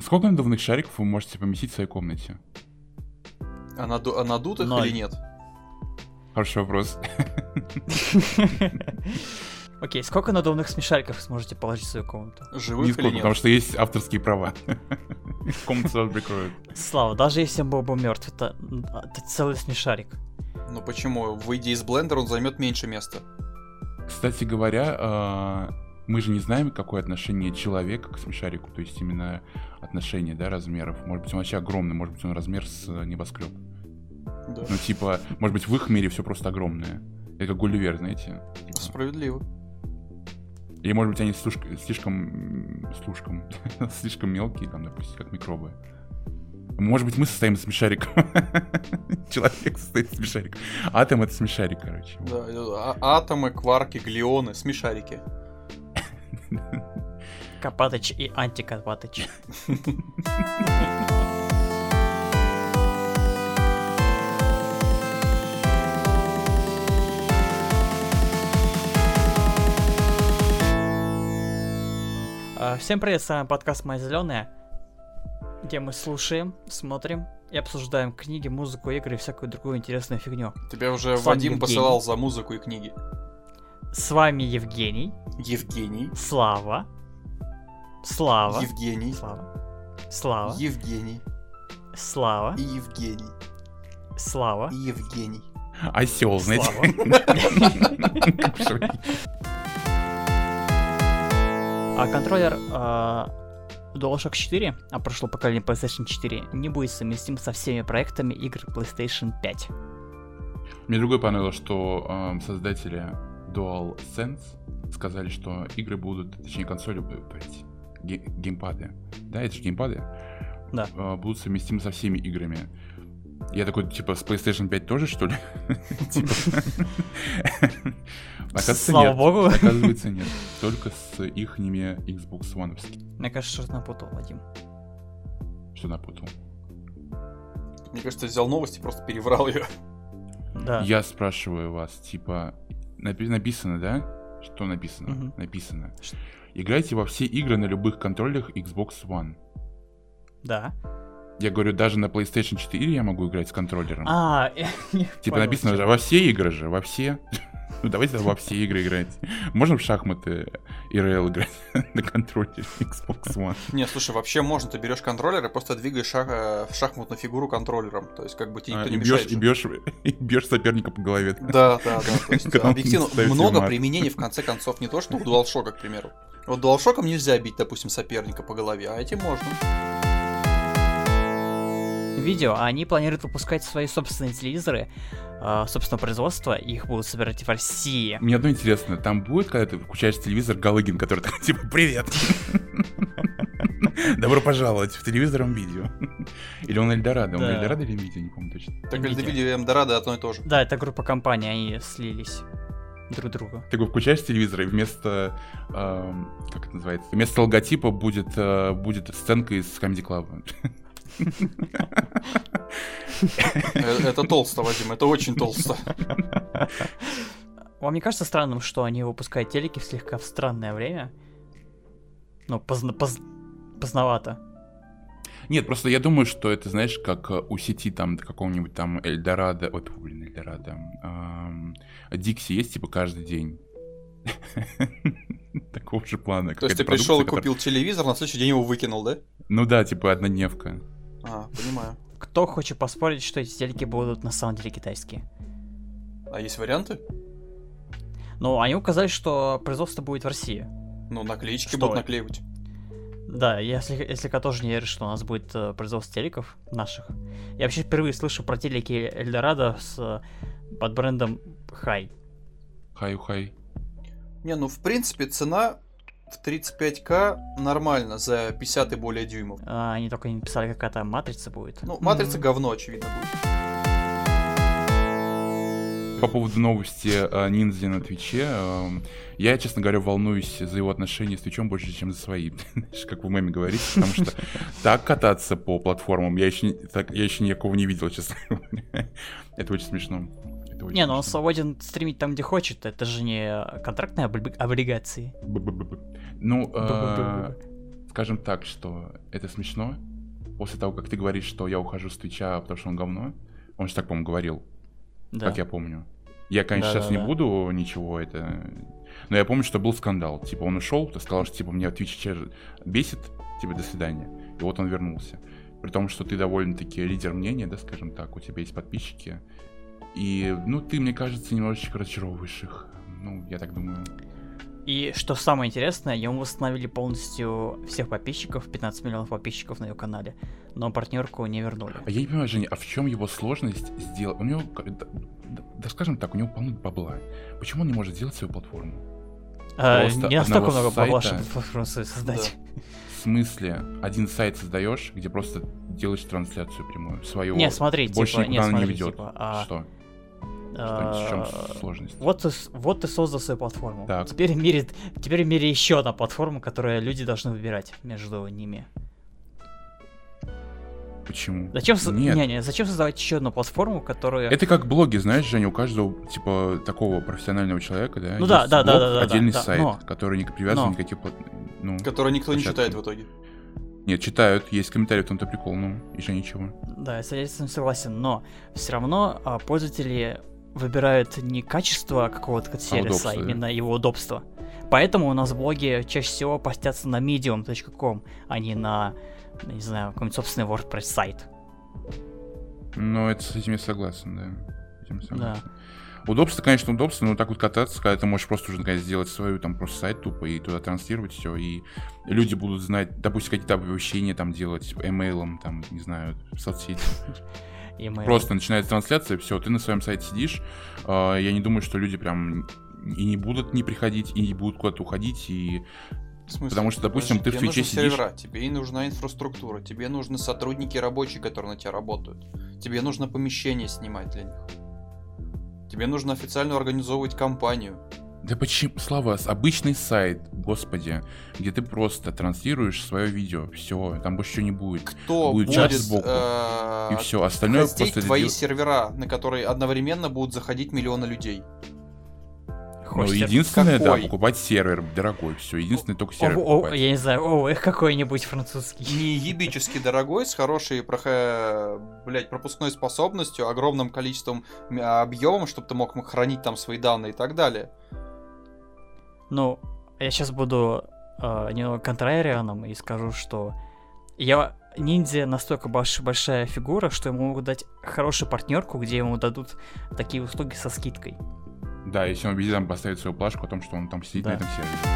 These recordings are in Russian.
Сколько надувных шариков вы можете поместить в своей комнате? А надутых 0. или нет? Хороший вопрос. Окей, сколько надувных смешариков сможете положить в свою комнату? Живых Нисколько, или нет? потому что есть авторские права. Комнату сразу прикроют. Слава, даже если он был бы мертв, это целый смешарик. Ну почему? Выйдя из блендера, он займет меньше места. Кстати говоря, мы же не знаем, какое отношение человека к смешарику, то есть именно отношение, да, размеров. Может быть, он вообще огромный, может быть, он размер с небоскреб. Да. Ну, типа, может быть, в их мире все просто огромное. Это как Гулливер, знаете? Типа. Справедливо. Или, может быть, они слишком мелкие, там, допустим, как микробы. Может быть, мы состоим из смешариков. Человек состоит из смешариков. Атом — это смешарик, короче. Да, атомы, кварки, глионы, смешарики. Копатыч и антикопатыч. Всем привет, с вами подкаст «Моя зеленая», где мы слушаем, смотрим и обсуждаем книги, музыку, игры и всякую другую интересную фигню. Тебя уже С вами Вадим Евгений. посылал за музыку и книги. С вами Евгений, Евгений. Слава, Евгений. Слава, Евгений. Слава, И Евгений. Слава, И Евгений. Осел, знаете? Слава. А контроллер DualShock 4, а прошло поколение PlayStation 4, не будет совместим со всеми проектами игр PlayStation 5. Мне другое понравилось, что создатели DualSense сказали, что игры будут, точнее консоли, геймпады, да, это же геймпады, Да. Будут совместимы со всеми играми. Я такой, типа, с PlayStation 5 тоже, что ли? Оказывается, Слава нет. богу. Оказывается, нет. Только с ихними Xbox One. Мне кажется, что напутал, Вадим. Что напутал? Мне кажется, взял новость и просто переврал ее. Да. Я спрашиваю вас, типа, написано, да? Что написано? Мгм. Написано. Играйте во все игры на любых контроллерах Xbox One. Да. Я говорю, даже на PlayStation 4 я могу играть с контроллером. Типа понял, написано же, во все игры же, во все. Ну давайте во все игры играть. Можно в шахматы ИРЛ играть на контроллере Xbox One? Не, слушай, вообще можно. Ты берешь контроллер и просто двигаешь шахматную фигуру контроллером. То есть, как бы тебе никто не мешает. И бьешь соперника по голове. Да. То есть, Когда он объективно, ставит много мат. применений, в конце концов, не то, что у DualShock, к примеру. Вот DualShock нельзя бить, допустим, соперника по голове, а этим можно. Видео, они планируют выпускать свои собственные телевизоры, собственного производства, их будут собирать в России. Мне одно интересно, там будет, когда ты включаешь телевизор, Галыгин, который такой, типа, привет! Добро пожаловать в телевизором видео. Или он Эльдорадо? Он Да. Эльдорадо или видео, не помню точно. Так Nvidia. видео и Эльдорадо одно и то же. Да, это группа компаний, они слились друг к другу. Ты его включаешь телевизор, и вместо, как это называется, вместо логотипа будет сценка из Comedy Club. Это толсто, Вадим, это очень толсто. Вам не кажется странным, что они выпускают телеки слегка в странное время? Ну, поздновато. Нет, просто я думаю, что это, знаешь, как у сети там какого-нибудь там Эльдорадо, Эльдорадо, Дикси есть, типа, каждый день. Такого же плана. То есть ты пришел и купил телевизор, на следующий день его выкинул, да? Ну да, типа однодневка. Понимаю. Кто хочет поспорить, что эти телеки будут на самом деле китайские? А есть варианты? Ну, они указали, что производство будет в России. Ну, наклеечки Что будут это? наклеивать. Да, если тоже не верит, что у нас будет производство телеков наших. Я вообще впервые слышу про телеки Эльдорадо под брендом Хай. Хай-хай. Не, ну в принципе цена в 35к нормально за 50 и более дюймов. Они только не написали, какая там матрица будет. Ну, матрица говно, очевидно, будет. По поводу новости Ниндзя на Твиче, я, честно говоря, волнуюсь за его отношения с Твичом больше, чем за свои. Знаешь, как вы в меме говорите, потому что так кататься по платформам я еще никого не видел, честно говоря. Это очень смешно. Не, ну он свободен стримить там, где хочет. Это же не контрактные облигации. Ну, скажем так, что это смешно. После того, как ты говоришь, что я ухожу с Твича, потому что он говно. Он же так, по-моему, говорил, Да. как я помню. Я, конечно, сейчас не буду ничего это... Но я помню, что был скандал. Типа, он ушел, ты сказал, что, типа, меня Twitch бесит, типа, до свидания. И вот он вернулся. При том, что ты довольно-таки лидер мнения, да, скажем так, у тебя есть подписчики. И, ну, ты, мне кажется, немножечко разочаровываешь их. Ну, я так думаю. И что самое интересное, ему восстановили полностью всех подписчиков, 15 миллионов подписчиков на ее канале, но партнерку не вернули. А я не понимаю, Женя, а в чем его сложность сделать? У него, да скажем так, у него полно бабла. Почему он не может сделать свою платформу? Не настолько много бабла, сайта... чтобы платформу создать. Да. В смысле, один сайт создаешь, где просто делаешь трансляцию прямую, свою. Не, смотри, больше типа, никуда она не ведет. Что? В чем сложность? Вот ты создал свою платформу. Так. Теперь в мире еще одна платформа, которую люди должны выбирать между ними. Почему? Зачем, Нет. зачем создавать еще одну платформу, которая... Это как блоги, знаешь, Женя, у каждого, типа, такого профессионального человека, да, ну есть да, отдельный да, сайт, который не привязан никаких... который никто не читает в итоге. Нет, читают, есть комментарии, в том-то прикол, еще ничего. Да, я с этим согласен, но все равно пользователи выбирают не качество какого-то сервиса, а именно его удобство. Поэтому у нас блоги чаще всего постятся на medium.com, а не на, не знаю, какой-нибудь собственный WordPress сайт. Ну, это с этим я согласен, да. С этим я согласен. Да. Удобство, конечно, удобство, но так вот кататься, когда ты можешь просто уже наконец сделать свою там просто сайт тупо и туда транслировать все, и люди будут знать, допустим, какие-то оповещения там делать эмейлом, там, не знаю, в соцсети. Просто начинается трансляция, все, ты на своем сайте сидишь. Я не думаю, что люди прям и не будут не приходить, и не будут куда-то уходить, и... В смысле? Потому что, допустим, ты в Твиче сидишь... Сервера, тебе нужна инфраструктура, тебе нужны сотрудники рабочие, которые на тебя работают. Тебе нужно помещение снимать для них. Тебе нужно официально организовывать компанию. Да почему, Слава, обычный сайт, господи, где ты просто транслируешь свое видео, все, там больше ничего не будет. Кто будет будет чат сбоку, и все, остальное просто... твои сервера, на которые одновременно будут заходить миллионы людей? Ну, единственное, да, покупать сервер дорогой, все, единственное, только сервер покупать. Я не знаю, какой-нибудь французский. Не ебически дорогой, с хорошей, пропускной способностью, огромным количеством объемом, чтобы ты мог хранить там свои данные и так далее. Ну, я сейчас буду немного контрарианом и скажу, что ниндзя настолько большая фигура, что ему могут дать хорошую партнерку, где ему дадут такие услуги со скидкой. Да, если он везде там поставит свою плашку о том, что он там сидит на этом сервисе.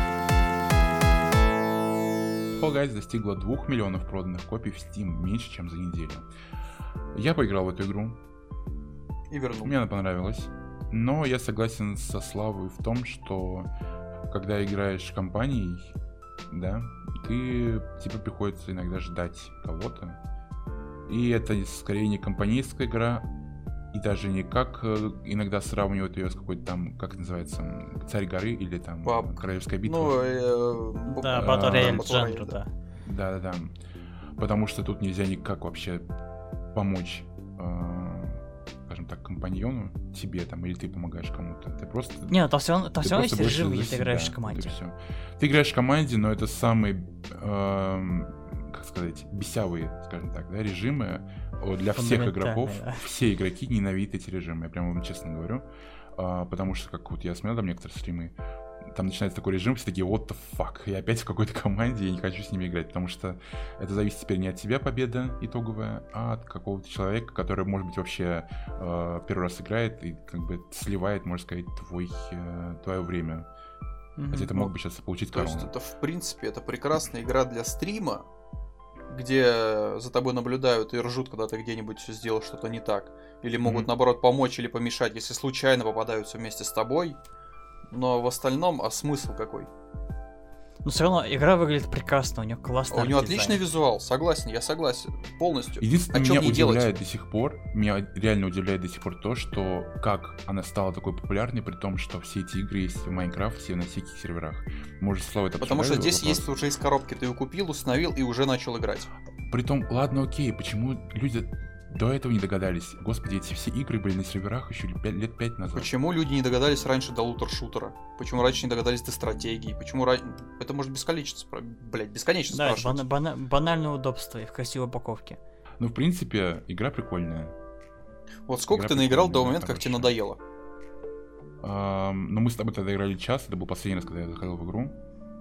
Fall Guys достигла 2 миллионов проданных копий в Steam меньше, чем за неделю. Я поиграл в эту игру. И вернул. Мне она понравилась. Но я согласен со Славой в том, что когда играешь компанией, да, тебе приходится иногда ждать кого-то. И это скорее не компанейская игра, и даже не как иногда сравнивают ее с какой-то там, как это называется, Царь горы или там Королевская битва. Да, Battle Royale жанр, да. Да. Потому что тут нельзя никак вообще помочь, скажем так, компаньону тебе там, или ты помогаешь кому-то. Ты просто... Не, там все равно есть режим, где ты играешь в команде. Ты играешь в команде, но это самые, как сказать, бесявые, скажем так, да, режимы для всех игроков. Да. Все игроки ненавидят эти режимы, я прямо вам честно говорю. Потому что, как вот я смотрел там некоторые стримы, там начинается такой режим, все такие, what the fuck, я опять в какой-то команде, я не хочу с ними играть, потому что это зависит теперь не от тебя победа итоговая, а от какого-то человека, который, может быть, вообще первый раз играет и как бы сливает, можно сказать, твое время. Хотя ты мог бы сейчас получить корону. То есть это, в принципе, это прекрасная игра для стрима, где за тобой наблюдают и ржут, когда ты где-нибудь сделал что-то не так. Или могут, наоборот, помочь или помешать, если случайно попадаются вместе с тобой. Но в остальном, а смысл какой? Но все равно игра выглядит прекрасно, у нее классный у нее отличный визуал, согласен, я согласен, полностью. Единственное, меня удивляет до сих пор, меня реально удивляет до сих пор то, что как она стала такой популярной, при том, что все эти игры есть в Майнкрафте на всяких серверах. Может, Слава это потому что здесь есть уже из коробки, ты ее купил, установил и уже начал играть. Притом, ладно, окей, почему люди до этого не догадались. Господи, эти все игры были на серверах еще лет 5 назад. Почему люди не догадались раньше до лутер-шутера? Почему раньше не догадались до стратегии? Почему это может бесконечно спрашивать. Да, банальное удобство и в красивой упаковке. Ну, в принципе, игра прикольная. Вот сколько ты наиграл до момента, как тебе надоело? Ну, мы с тобой тогда играли час, это был последний раз, когда я заходил в игру.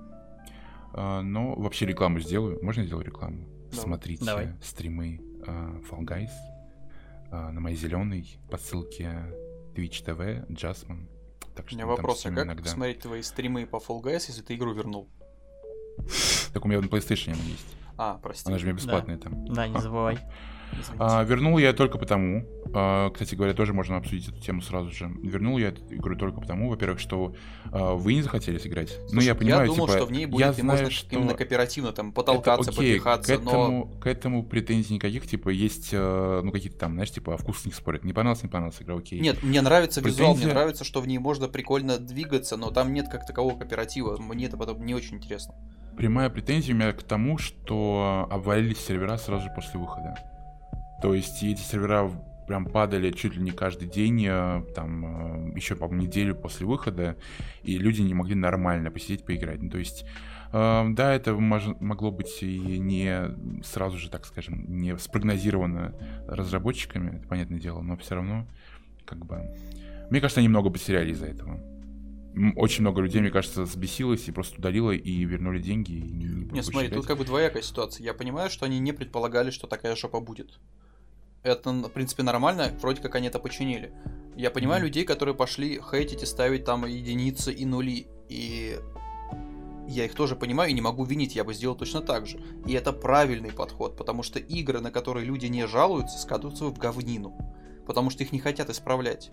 Но вообще рекламу сделаю. Можно я сделаю рекламу? Давай. Смотрите стримы Fall Guys на моей зеленой по ссылке Twitch TV, Jasmine. У меня вопрос, а как посмотреть твои стримы по Fall Guys, если ты игру вернул? Так у меня на PlayStation она есть. Прости. Она же у меня бесплатная там. Да, не забывай. Вернул я только потому, кстати говоря, тоже можно обсудить эту тему сразу же. Вернул я эту игру только потому, во-первых, что вы не захотели сыграть. Слушай, ну, я понимаю, я думал, что в ней будет, и можно именно кооперативно там потолкаться, попихаться, к этому претензий никаких, типа, есть, ну, какие-то там, знаешь, типа, о вкусе не спорят. Не понравилась игра, окей. Нет, мне нравится визуал, мне нравится, что в ней можно прикольно двигаться, но там нет как такового кооператива, мне это потом не очень интересно. Прямая претензия у меня к тому, что обвалились сервера сразу же после выхода. То есть эти сервера прям падали чуть ли не каждый день, там, еще, по-моему, неделю после выхода, и люди не могли нормально посидеть, поиграть. Ну, то есть, да, это могло быть и не сразу же, так скажем, не спрогнозировано разработчиками, это понятное дело, но все равно, как бы, мне кажется, они много потеряли из-за этого. Очень много людей, мне кажется, взбесилось и просто удалило, и вернули деньги. Не, смотри, тут как бы двоякая ситуация. Я понимаю, что они не предполагали, что такая жопа будет. Это, в принципе, нормально, вроде как они это починили. Я понимаю людей, которые пошли хейтить и ставить там единицы и нули. И я их тоже понимаю и не могу винить, я бы сделал точно так же. И это правильный подход, потому что игры, на которые люди не жалуются, скатываются в говнину. Потому что их не хотят исправлять.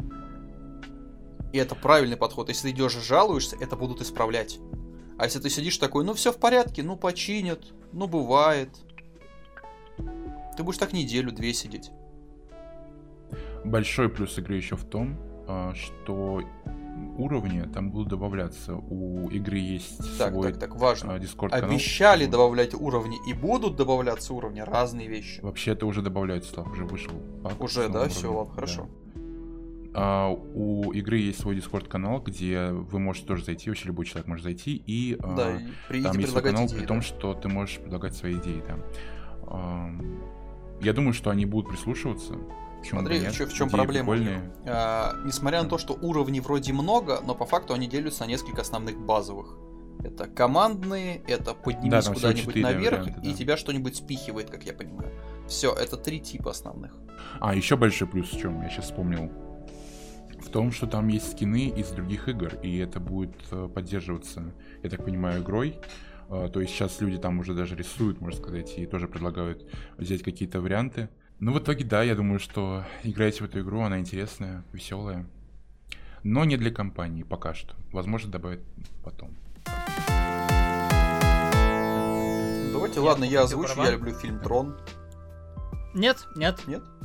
И это правильный подход. Если ты идешь и жалуешься, это будут исправлять. А если ты сидишь такой, ну все в порядке, ну починят, ну бывает. Ты будешь так неделю-две сидеть. Большой плюс игры еще в том, что уровни там будут добавляться. У игры есть свой важно. Discord-канал. Обещали добавлять уровни и будут добавляться уровни, разные вещи. Вообще это уже добавляется, Слав, уже вышел. Уже, да? Все, ладно, хорошо. У игры есть свой Discord-канал, где вы можете тоже зайти, вообще любой человек может зайти, и там есть свой канал, идеи, при том, что ты можешь предлагать свои идеи там. Я думаю, что они будут прислушиваться. Смотри, в чем проблема. Несмотря на то, что уровней вроде много, но по факту они делятся на несколько основных базовых. Это командные, это поднимись куда-нибудь наверх, варианты, и тебя что-нибудь спихивает, как я понимаю. Все, это 3 типа основных. Еще большой плюс в чем, я сейчас вспомнил. В том, что там есть скины из других игр, и это будет поддерживаться, я так понимаю, игрой. То есть сейчас люди там уже даже рисуют, можно сказать, и тоже предлагают взять какие-то варианты. Ну, в итоге, да, я думаю, что играете в эту игру, она интересная, веселая. Но не для компании пока что. Возможно, добавят потом. Давайте, ладно, я озвучу, я люблю фильм «Трон». Нет. Нет?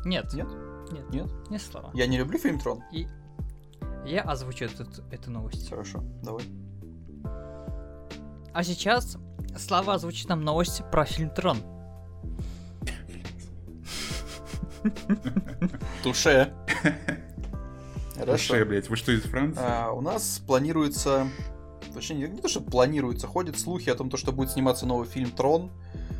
Не слова. Я не люблю фильм «Трон». И я озвучу эту новость. Хорошо, давай. А сейчас Слава озвучит нам новость про фильм «Трон». Туше. Туше, блять, вы что, из Франции? У нас планируется... Точнее, не то, что планируется, ходят слухи о том, что будет сниматься новый фильм «Трон»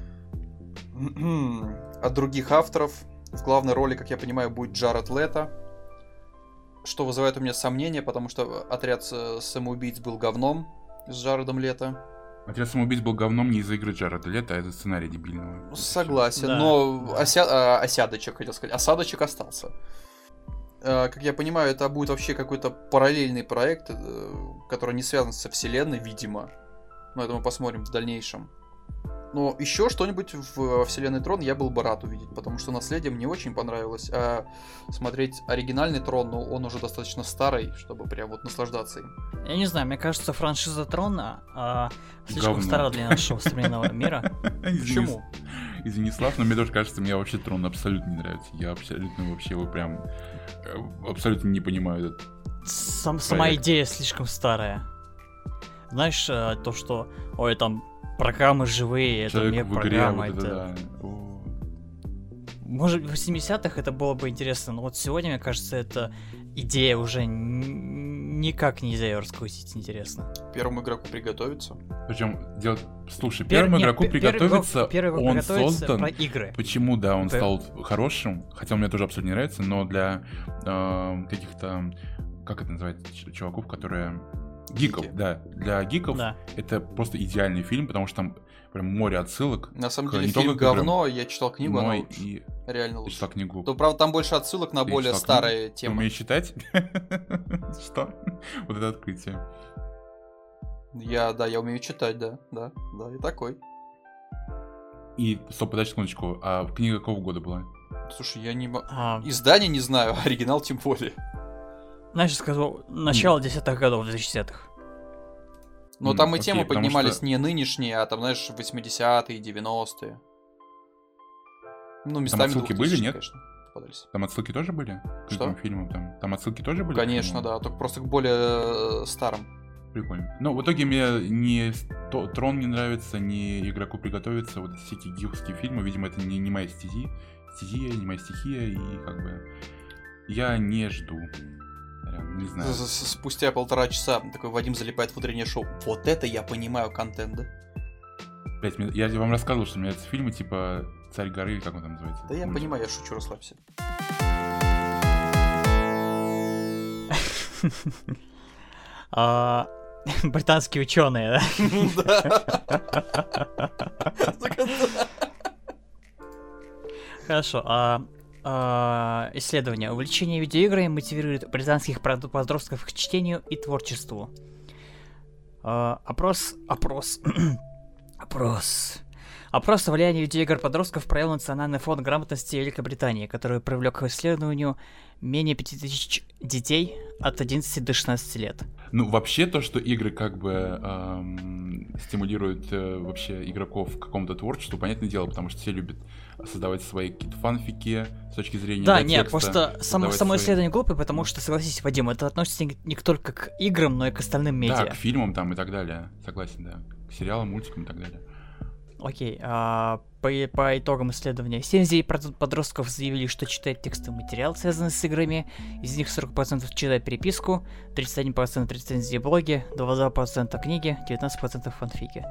от других авторов. В главной роли, как я понимаю, будет Джаред Лето. Что вызывает у меня сомнения, потому что «Отряд самоубийц» был говном с Джаредом Лето. «Отряд самоубийц» был говном не из-за игры Джареда Лето, а из-за сценария дебильного. Согласен, да. Но осадочек, хотел сказать, осадочек остался. Как я понимаю, это будет вообще какой-то параллельный проект, который не связан со вселенной, видимо. Но это мы посмотрим в дальнейшем. Но еще что-нибудь в вселенной Трон я был бы рад увидеть, потому что «Наследие» мне очень понравилось. А смотреть оригинальный Трон, ну, он уже достаточно старый, чтобы прям вот наслаждаться им. Я не знаю, мне кажется, франшиза Трона слишком стара для нашего современного мира. Почему? Извини, Слав, но мне тоже кажется, мне вообще Трон абсолютно не нравится. Я абсолютно вообще его прям абсолютно не понимаю. Сама идея слишком старая. Знаешь, то, что там программы живые, это не программа, вот это... может, в 80-х это было бы интересно, но вот сегодня, мне кажется, эта идея уже никак нельзя ее раскрутить интересно. Первому игроку приготовиться. Причем делать... Слушай, первому игроку приготовиться, он создан... про игры. Почему, да, он стал хорошим, хотя он мне тоже абсолютно не нравится, но для каких-то, как это называется, чуваков, которые... Гиков, да. Для гиков это просто идеальный фильм, потому что там прям море отсылок. На самом деле фильм говно, я читал книгу, она реально лучше. Ты читал книгу? То, правда, там больше отсылок на более старые темы. Ты умеешь читать? Что? Вот это открытие. Я умею читать, да, и такой. И, стоп, подожди секундочку, а книга какого года была? Слушай, я не... Издание не знаю, оригинал тем более. Знаешь, сказал, начало 10-х годов, 2010-х. Но там и темы поднимались не нынешние, а там, знаешь, 80-е, 90-е. Ну, местами там отсылки были, нет? Конечно, попадались. Там отсылки тоже были? Что? К фильмам там отсылки тоже были? Конечно, да, только просто к более старым. Прикольно. Но в итоге мне ни Трон не нравится, ни Игроку приготовиться. Вот всякие гиковские фильмы, видимо, это не моя стезия, не моя стихия, и как бы я не жду. Не знаю. Спустя 1,5 часа такой Вадим залипает в утреннее шоу. Вот это я понимаю контент, да? Блять, я вам рассказывал, что у меня это фильмы типа «Царь горы», или как он там называется? Да я понимаю, я шучу, расслабься. Британские ученые, да? Хорошо, исследование. Увлечение видеоиграми мотивирует британских подростков к чтению и творчеству. Опрос о влиянии видеоигр подростков провел Национальный фонд грамотности Великобритании, который привлек к исследованию менее 5000 детей от 11 до 16 лет. Ну, вообще то, что игры как бы стимулируют вообще игроков к какому-то творчеству, понятное дело, потому что все любят создавать свои какие-то фанфики с точки зрения нет, просто само исследование глупое, потому что, согласись, Вадим, это относится не только к играм, но и к остальным медиа. Да, к фильмам там и так далее, согласен, да, к сериалам, мультикам и так далее. Окей, по итогам исследования 79% подростков заявили, что читают текстовый материал, связанный с играми, из них 40% читают переписку, 31% рецензии блоги, 22% книги, 19% фанфики.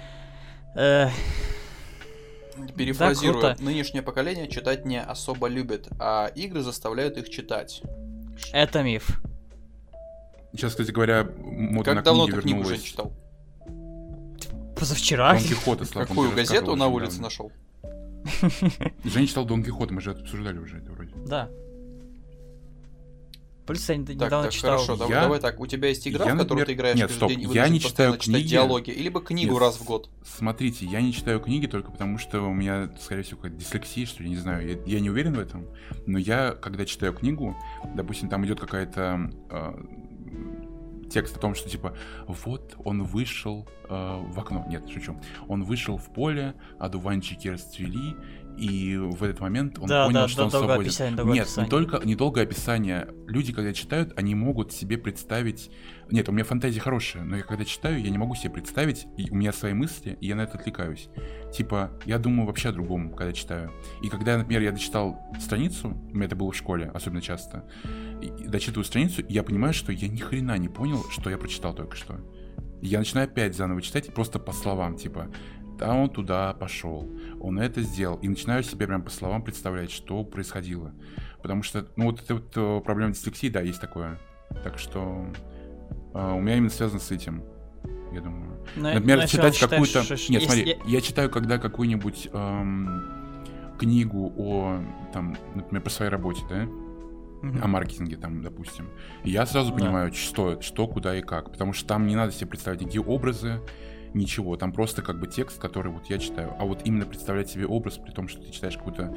Перефразирую, да, нынешнее поколение читать не особо любит, а игры заставляют их читать. Это миф. Сейчас, кстати говоря, мода на книги вернулась. Как давно ты книгу уже читал? Позавчера. Дон Кихота, какую газету на улице нашел? Женя читал Дон Кихота, мы же это обсуждали уже, это вроде. Да. Плюс я недавно читал. Хорошо, давай так, у тебя есть игра, в которую ты играешь каждый день, и я не читаю книги. Диалоги, либо книгу раз в год. Смотрите, я не читаю книги только потому, что у меня, скорее всего, какая-то дислексия, что ли, не знаю, я не уверен в этом, но я, когда читаю книгу, допустим, там идет какая-то текст о том, что типа вот он вышел в окно, нет, шучу, он вышел в поле, одуванчики расцвели, и в этот момент он понял, что он свободен. Нет, не долгое описание. Люди, когда читают, они могут себе представить... Нет, у меня фантазия хорошая, но я когда читаю, я не могу себе представить, и у меня свои мысли, и я на это отвлекаюсь. Типа, я думаю вообще о другом, когда читаю. И когда, например, я дочитал страницу, у меня это было в школе, особенно часто, дочитываю страницу, и я понимаю, что я ни хрена не понял, что я прочитал только что. Я начинаю опять заново читать, просто по словам, типа... А он туда пошел, он это сделал. И начинаю себе прям по словам представлять, что происходило. Потому что, ну вот эта вот проблема дислексии, да, есть такое. Так что у меня именно связано с этим, я думаю. Например, читать какую-то... Нет, смотри, я читаю когда какую-нибудь книгу о, там, например, по своей работе, да? О маркетинге, там, допустим. И я сразу понимаю, что, куда и как. Потому что там не надо себе представлять никакие образы, ничего, там просто как бы текст, который вот я читаю. А вот именно представлять себе образ, при том, что ты читаешь какую-то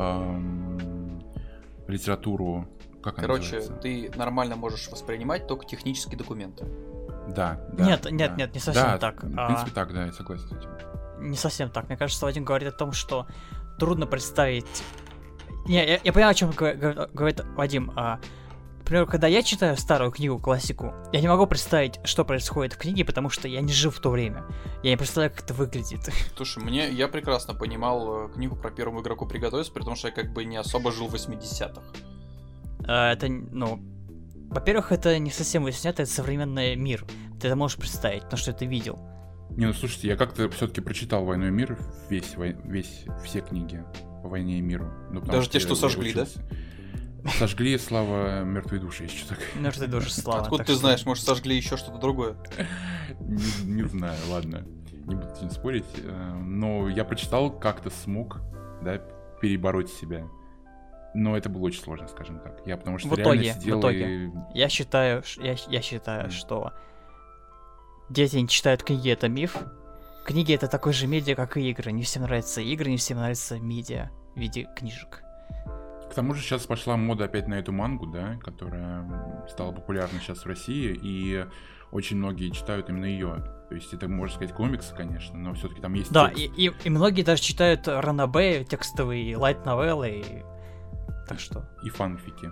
литературу, как она называется? Ты нормально можешь воспринимать только технические документы. Да. Нет, не совсем так. В принципе, так, да, я согласен с этим. Не совсем так. Мне кажется, Вадим говорит о том, что трудно представить... Не, я понимаю, о чем говорит Вадим. например, когда я читаю старую книгу, классику, я не могу представить, что происходит в книге, потому что я не жил в то время. Я не представляю, как это выглядит. Слушай, я прекрасно понимал книгу про первому игроку приготовиться, при том, что я как бы не особо жил в 80-х. Это, во-первых, это не совсем 80-е, это современный мир. Ты это можешь представить, потому что ты видел. Не, слушайте, я как-то все-таки прочитал «Войну и мир», все книги по «Войне и миру». Даже те, что сожгли, да? Сожгли, слава, мертвые души, есть что такое. Мертвые души, слава. Откуда ты знаешь, может, сожгли еще что-то другое? Не знаю, ладно, не буду с этим спорить. Но я прочитал, как-то смог, да, перебороть себя. Но это было очень сложно, скажем так. Я потому что реально сидел в итоге, я считаю, что дети не читают книги, это миф. Книги — это такой же медиа, как и игры. Не всем нравятся игры, не всем нравится медиа в виде книжек. К тому же сейчас пошла мода опять на эту мангу, да, которая стала популярна сейчас в России, и очень многие читают именно ее. То есть это, можно сказать, комиксы, конечно, но все-таки там есть да, текст. И многие даже читают ранобэ, текстовые лайт-новеллы, так что... И фанфики.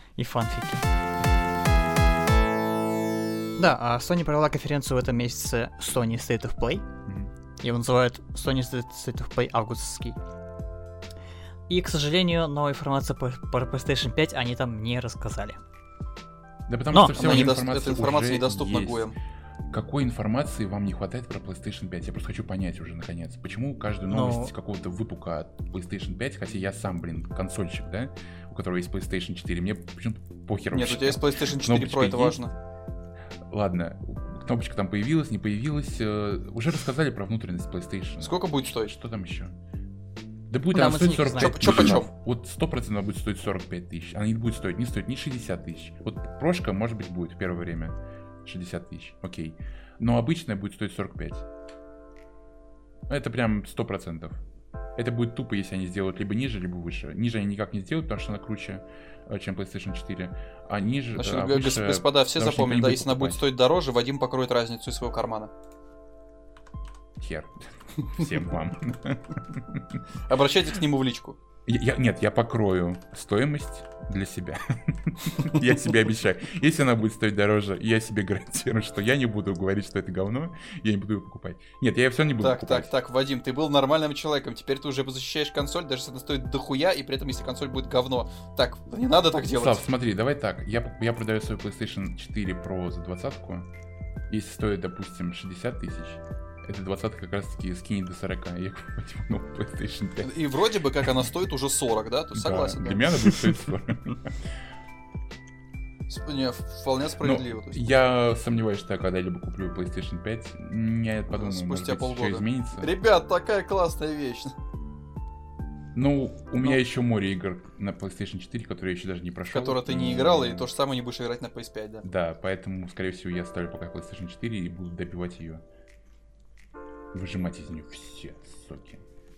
Да, а Sony провела конференцию в этом месяце Sony State of Play. Его называют Sony State of Play августовский. И, к сожалению, новой информации про PlayStation 5 они там не рассказали. Да потому что вся эта информация недоступна Гоем. Какой информации вам не хватает про PlayStation 5? Я просто хочу понять уже, наконец. Почему каждую новость какого-то выпука от PlayStation 5, хотя я сам, консольщик, да, у которого есть PlayStation 4, мне почему-то похер. Нет, у тебя есть PlayStation 4 Pro, это важно. Ладно, кнопочка там появилась, не появилась. Уже рассказали про внутренность PlayStation. Сколько будет стоить? Что там еще? Да будет она стоить 45 тысяч. Почем? Вот 100% она будет стоить 45 тысяч. Она не будет стоить ни 60 тысяч. Вот прошка, может быть, будет в первое время 60 тысяч, окей. Но обычная будет стоить 45. Это прям 100%. Это будет тупо, если они сделают либо ниже, либо выше. Ниже они никак не сделают, потому что она круче, чем PlayStation 4. А ниже... Значит, выше, господа, все запомнят, да, если она будет стоить дороже, Вадим покроет разницу из своего кармана. Хер. Всем вам. Обращайтесь к нему в личку. Нет, я покрою стоимость для себя. Я себе обещаю. Если она будет стоить дороже, я себе гарантирую, что я не буду говорить, что это говно, я не буду ее покупать. Нет, я все не буду покупать. Так, Вадим, ты был нормальным человеком, теперь ты уже защищаешь консоль, даже если она стоит дохуя, и при этом, если консоль будет говно. Так, не надо так делать. Слав, смотри, давай так, я продаю свою PlayStation 4 Pro за 20-ку, если стоит, допустим, 60 тысяч, эта 20 как раз таки скинет до 40, я купить новую PlayStation 5. И вроде бы как она стоит уже 40, да? То согласен, да? Для меня она будет стоить 40. Не, вполне справедливо. Я сомневаюсь, что я когда-либо куплю PlayStation 5. Я подумаю, спустя полгода. Все изменится. Ребят, такая классная вещь. Ну, у меня еще море игр на PlayStation 4, которые я еще даже не прошел. Которые ты не играл, и то же самое не будешь играть на PS5, да? Да, поэтому, скорее всего, я ставлю пока PlayStation 4 и буду добивать ее. Выжимать из нее все соки.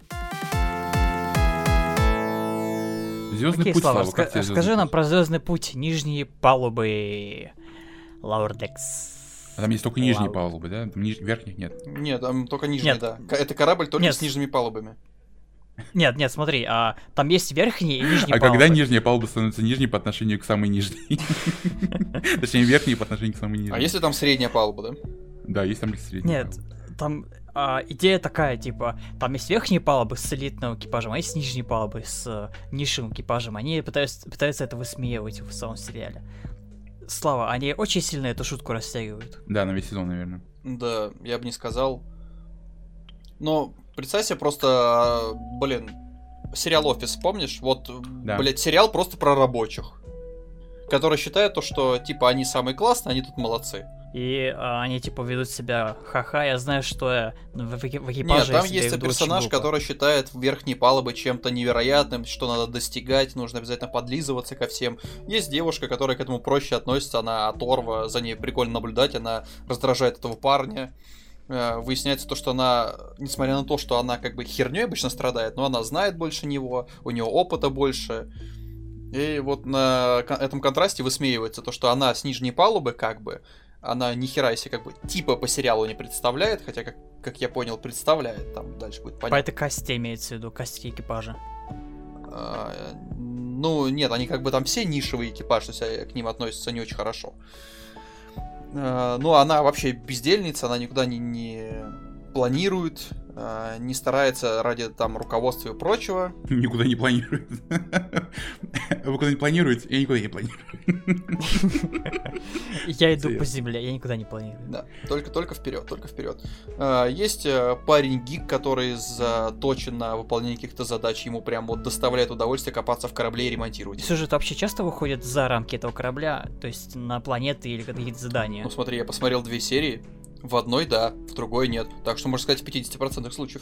Звездный путь, Слава, скажи нам про Звездный путь, нижние палубы Лаурдекс. А там есть только нижние палубы, да? Верхних нет? Нет, там только нижние, да. Это корабль только с нижними палубами. Нет, смотри, там есть верхние и нижние палубы. А когда нижняя палуба становится нижней по отношению к самой нижней? Точнее, верхней по отношению к самой нижней. А если там средняя палуба, да? Да, есть там средняя. Нет, там идея такая, типа, там есть верхние палубы с элитным экипажем, а есть нижние палубы с низшим экипажем. Они пытаются это высмеивать в самом сериале. Слава, они очень сильно эту шутку растягивают. Да, на весь сезон, наверное. Да, я бы не сказал. Но представь себе просто, сериал «Офис», помнишь? Вот, да. Сериал просто про рабочих, которые считают то, что, типа, они самые классные, они тут молодцы. И они, типа, ведут себя, ха-ха, я знаю, что я в экипаже... Нет, там есть персонаж, который считает верхние палубы чем-то невероятным, что надо достигать, нужно обязательно подлизываться ко всем. Есть девушка, которая к этому проще относится, она оторва, за ней прикольно наблюдать, она раздражает этого парня. Выясняется то, что она, несмотря на то, что она как бы херней обычно страдает, но она знает больше него, у нее опыта больше. И вот на этом контрасте высмеивается то, что она с нижней палубы как бы, она ни хера себе как бы типа по сериалу не представляет, хотя, как я понял, представляет, там дальше будет понятно. По этой касте имеется в виду, касте экипажа. Ну, нет, они как бы там все нишевый экипаж, то есть к ним относятся не очень хорошо. Ну, она вообще бездельница, она никуда не планирует, не старается ради там руководства и прочего. Никуда не планирует. Вы куда-нибудь планируете? Я никуда не планирую. Я иду по земле, я никуда не планирую. Да, только вперед, только вперед. Есть парень-гик, который заточен на выполнение каких-то задач, ему прям вот доставляет удовольствие копаться в корабле и ремонтировать. Сюжет вообще часто выходит за рамки этого корабля, то есть на планеты или какие-то задания? Ну смотри, я посмотрел 2 серии, в одной да, в другой нет. Так что можно сказать в 50% случаев.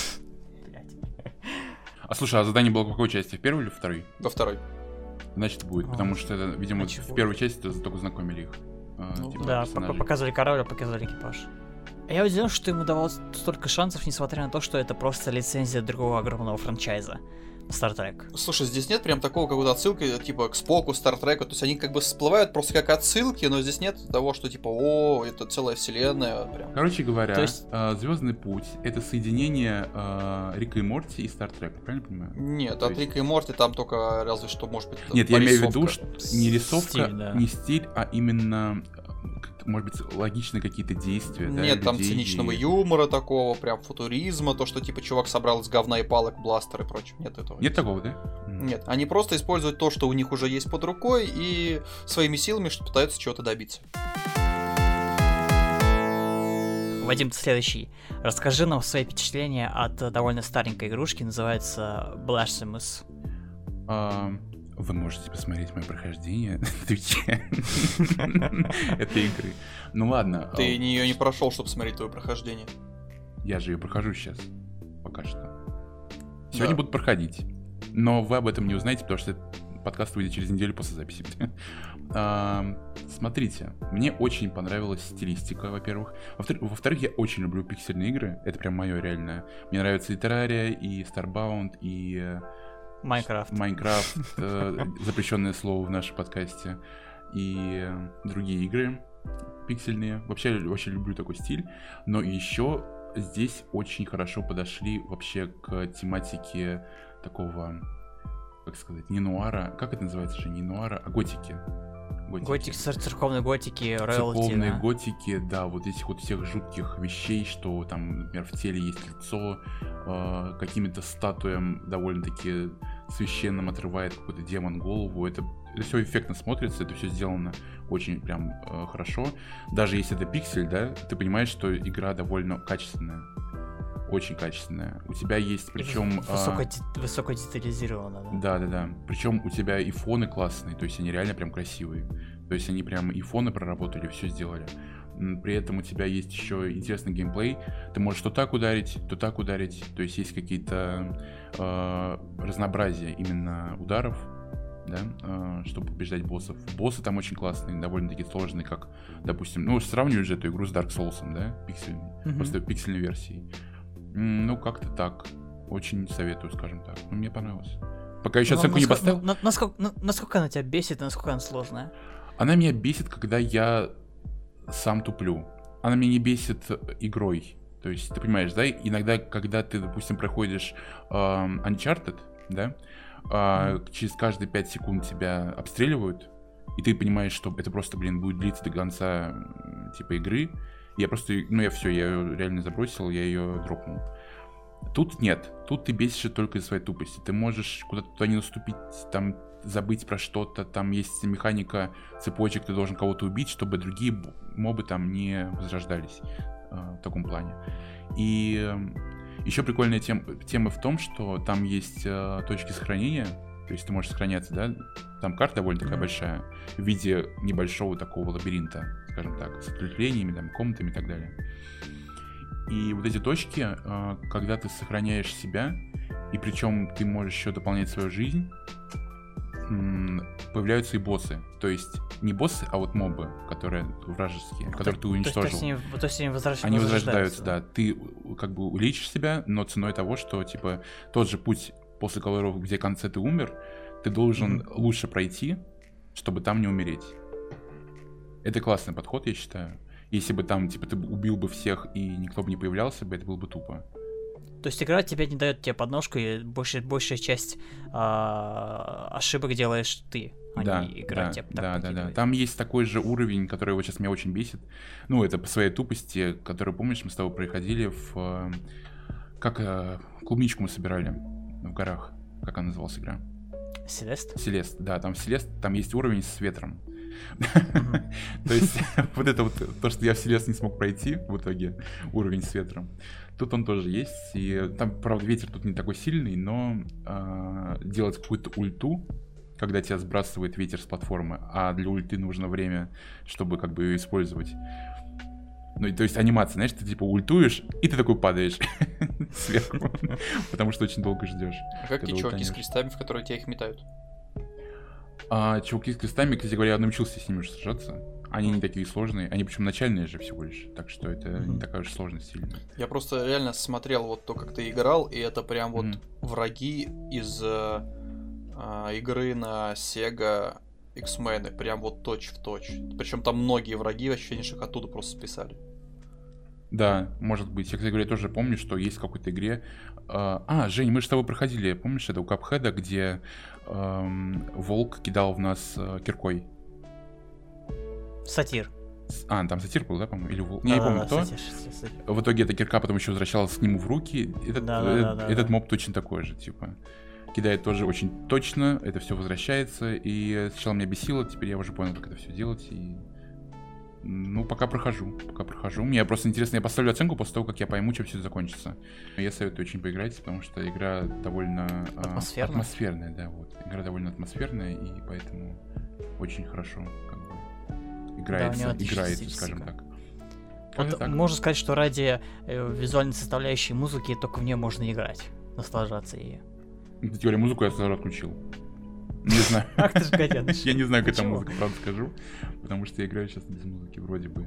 А слушай, а задание было в какой части? В первой или в второй? Во второй. Значит, будет, потому что это, видимо, в первой части только знакомили их. Да, показывали корабль, показывали экипаж. Я удивлен, что ему давалось столько шансов, несмотря на то, что это просто лицензия другого огромного франчайза. Star Trek. Слушай, здесь нет прям такого какой-то отсылки, типа, к Споку, Star Trek, то есть они как бы всплывают просто как отсылки, но здесь нет того, что типа, о, это целая вселенная, прям. Короче говоря, есть... Звездный путь — это соединение Рика и Морти и Star Trek, правильно понимаю? Нет, то от Рика и Морти там только разве что, может быть, нет, я имею в виду, что не рисовка, стиль, да. Не стиль, а именно... может быть, логичные какие-то действия. Нет, да, там циничного юмора такого, прям футуризма, то, что типа чувак собрал из говна и палок бластер и прочее. Нет этого. Нет такого, да? Нет, они просто используют то, что у них уже есть под рукой, и своими силами пытаются чего-то добиться. Вадим, ты следующий. Расскажи нам свои впечатления от довольно старенькой игрушки, называется Blasphemous. Вы можете посмотреть мое прохождение на Твиче этой игры. Ну ладно. Ты ее не прошел, чтобы смотреть твое прохождение. Я же ее прохожу сейчас. Пока что. Сегодня буду проходить. Но вы об этом не узнаете, потому что подкаст выйдет через неделю после записи. Смотрите, мне очень понравилась стилистика, во-первых. Во-вторых, я очень люблю пиксельные игры. Это прям мое реальное. Мне нравится и Terraria, и Starbound, и... Майнкрафт, запрещенное слово в нашем подкасте, и другие игры пиксельные. Вообще люблю такой стиль. Но еще здесь очень хорошо подошли вообще к тематике такого, как сказать, не нуара. Как это называется же? Не нуара, а готики. Церковной готики, роялти. Церковной готики, да, вот этих вот всех жутких вещей, что там, например, в теле есть лицо, какими-то статуям довольно-таки священным отрывает какой-то демон голову. Это все эффектно смотрится, это все сделано очень прям хорошо. Даже если это пиксель, да, ты понимаешь, что игра довольно качественная. Очень качественная. У тебя есть, причем... Высоко детализировано, да? Да. Причем у тебя и фоны классные, то есть они реально прям красивые. То есть они прям и фоны проработали, все сделали. При этом у тебя есть еще интересный геймплей. Ты можешь то так ударить. То есть есть какие-то разнообразия именно ударов, да, чтобы побеждать боссов. Боссы там очень классные, довольно-таки сложные, как, допустим, ну, сравниваю же эту игру с Dark Souls, да, пиксельной, просто пиксельной версией. Ну, как-то так. Очень советую, скажем так. Ну, мне понравилось. Пока еще оценку не поставил. Насколько она тебя бесит и насколько она сложная? Она меня бесит, когда я сам туплю. Она меня не бесит игрой. То есть, ты понимаешь, да, иногда, когда ты, допустим, проходишь Uncharted, да, через каждые 5 секунд тебя обстреливают, и ты понимаешь, что это просто, будет длиться до конца, типа, игры. Я просто, я ее реально забросил, я ее дропнул. Тут нет, тут ты бесишься только из своей тупости. Ты можешь куда-то туда не наступить, там забыть про что-то, там есть механика цепочек, ты должен кого-то убить, чтобы другие мобы там не возрождались в таком плане. И еще прикольная тема в том, что там есть точки сохранения, то есть ты можешь сохраняться, да, там карта довольно такая большая, в виде небольшого такого лабиринта, скажем так, с ответвлениями, там, комнатами и так далее. И вот эти точки, когда ты сохраняешь себя, и причем ты можешь еще дополнять свою жизнь, появляются и боссы. То есть не боссы, а вот мобы, которые вражеские, которые ты уничтожил. То есть они возрождаются, да. Ты как бы улечишь себя, но ценой того, что типа тот же путь, после которого, где в конце ты умер, ты должен лучше пройти, чтобы там не умереть. Это классный подход, я считаю. Если бы там, типа, ты убил бы всех и никто бы не появлялся бы, это было бы тупо. То есть игра тебе не дает тебе подножку, и большая часть ошибок делаешь ты, а не игра тебе так подкидывает. Там есть такой же уровень, который вот сейчас меня очень бесит. Ну, это по своей тупости, который, помнишь, мы с тобой проходили в... Как клубничку мы собирали в горах. Как она называлась игра? Селест? Селест, да. Там в Селест, там есть уровень с ветром. То есть вот это вот то, что я в Селест не смог пройти в итоге, уровень с ветром. Тут он тоже есть. И там, правда, ветер тут не такой сильный, но делать какую-то ульту, когда тебя сбрасывает ветер с платформы, а для ульты нужно время, чтобы как бы ее использовать. Ну, то есть анимация, знаешь, ты типа ультуешь, и ты такой падаешь сверху, потому что очень долго ждешь. А как те чуваки с крестами, в которые тебя их метают? Чуваки с крестами, кстати говоря, я научился с ними уже сражаться. Они не такие сложные, они причем начальные же всего лишь, так что это не такая уж сложность сильная. Я просто реально смотрел вот то, как ты играл, и это прям вот враги из игры на Sega X-Men, прям вот точь в точь. Причем там многие враги, ощущение, что их оттуда просто списали. Да, может быть. Я, кстати говоря, тоже помню, что есть в какой-то игре... Жень, мы же с тобой проходили, помнишь, это у Капхеда, где волк кидал в нас киркой? Сатир. Там сатир был, да, по-моему? Или волк? Я не помню, кто. Сатир. В итоге эта кирка потом еще возвращалась к нему в руки. Этот моб точно такой же, типа. Кидает тоже очень точно, это все возвращается, и сначала меня бесило, теперь я уже понял, как это все делать, и... Ну, пока прохожу. Мне просто интересно, я поставлю оценку после того, как я пойму, чем все закончится. Я советую очень поиграть, потому что игра довольно... Атмосферная, да, вот. Игра довольно атмосферная, и поэтому очень хорошо, как бы, играется, скажем так. Вот можно сказать, что ради визуальной составляющей музыки только в нее можно играть, наслаждаться ею. Кстати говоря, музыку я сразу отключил. Не знаю. Ах ты ж гаденыш. Я не знаю, как эта музыка, правда скажу. Потому что я играю сейчас без музыки, вроде бы.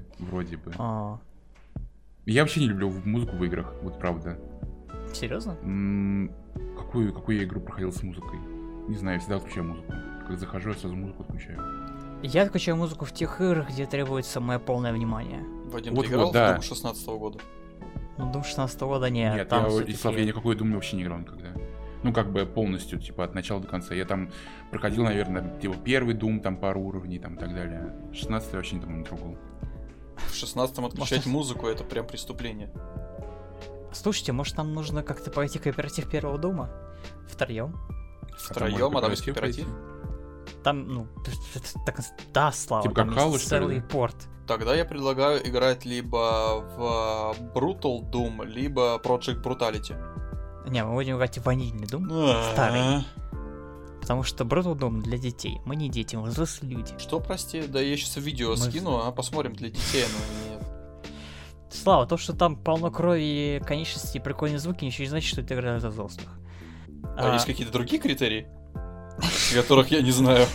Я вообще не люблю музыку в играх, вот правда. Серьезно? Какую я игру проходил с музыкой? Не знаю, я всегда отключаю музыку. Как захожу, я сразу музыку отключаю. Я отключаю музыку в тех играх, где требуется мое полное внимание. Вадим, ты играл в Doom 16-го года? Ну, Doom 16-го года нет. Нет, я никакой Doom вообще не играл никогда. Ну, как бы полностью, типа, от начала до конца. Я там проходил, наверное, типа, первый Doom, там, пару уровней, там, и так далее. 16-й вообще не трогал. В 16-м отключать музыку — это прям преступление. Слушайте, может, нам нужно как-то пройти кооператив первого Дума? Втроем? Втроем, а там есть кооператив? Там, ну, да, Слава, типа там как Halo, есть целый порт. Тогда я предлагаю играть либо в Brutal Doom, либо Project Brutality. Не, мы будем играть в ванильный Doom, старый. Потому что Brutal Doom для детей. Мы не дети, мы взрослые люди. Что, прости? Да я сейчас видео скину, посмотрим для детей, но нет. Слава, то, что там полно крови, конечностей и прикольные звуки, ничего не значит, что это игра для взрослых. А есть какие-то другие критерии, которых я не знаю?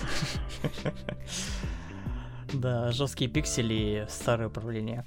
Да, жесткие пиксели, старое управление.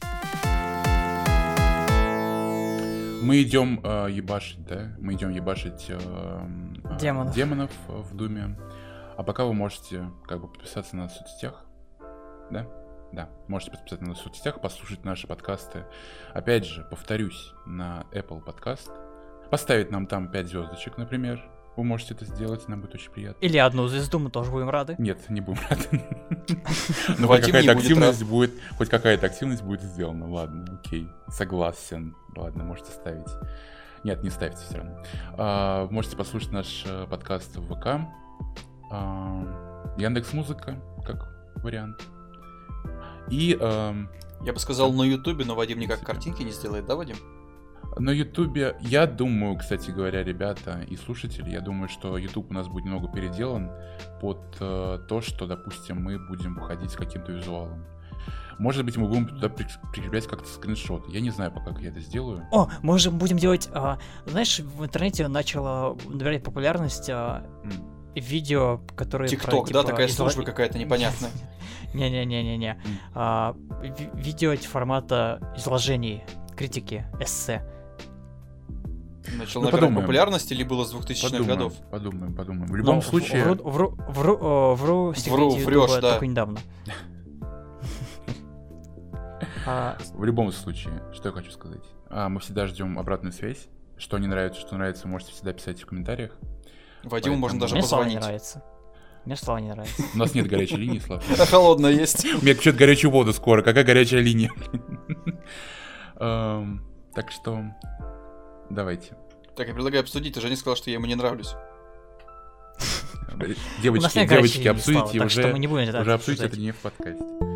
Мы идем ебашить, да? Мы идем ебашить демонов в Думе. А пока вы можете как бы подписаться на соцсетях, да? Да, можете подписаться на соцсетях, послушать наши подкасты. Опять же, повторюсь, на Apple Podcast. Поставить нам там 5 звездочек, например. Вы можете это сделать, нам будет очень приятно. Или одну звезду, мы тоже будем рады. Нет, не будем рады. Но хоть какая-то активность будет сделана. Ладно, окей, согласен. Ладно, можете ставить. Нет, не ставьте все равно. Можете послушать наш подкаст в ВК. Яндекс.Музыка, как вариант. И... Я бы сказал на Ютубе, но Вадим никак картинки не сделает, да, Вадим? На Ютубе, я думаю, кстати говоря, ребята и слушатели, я думаю, что Ютуб у нас будет немного переделан под то, что, допустим, мы будем выходить с каким-то визуалом. Может быть, мы будем туда прикреплять как-то скриншоты. Я не знаю пока, как я это сделаю. О, можем будем делать... знаешь, в интернете начало набирать популярность видео, которые... ТикТок, да, такая служба какая-то непонятная. Не-не-не-не-не. Видео формата изложений, критики, эссе. Начал набирать популярность или было с 2000-х годов? Подумаем. В любом случае... Врешь, да. Только недавно. В любом случае, что я хочу сказать. Мы всегда ждем обратную связь. Что не нравится, что нравится, можете всегда писать в комментариях. Вадиму можно даже Мне Слава позвонить. не нравится. Мне Слава не нравится. У нас нет горячей линии, Слав. А холодная есть. У меня что-то горячую воду скоро. Какая горячая линия? Так что давайте. Так, я предлагаю обсудить. Ты же не сказал, что я ему не нравлюсь. У нас нет Девочки, горячей линии, обсудите Слава, так что мы не будем это уже обсудите обсуждать. это не в подкасте.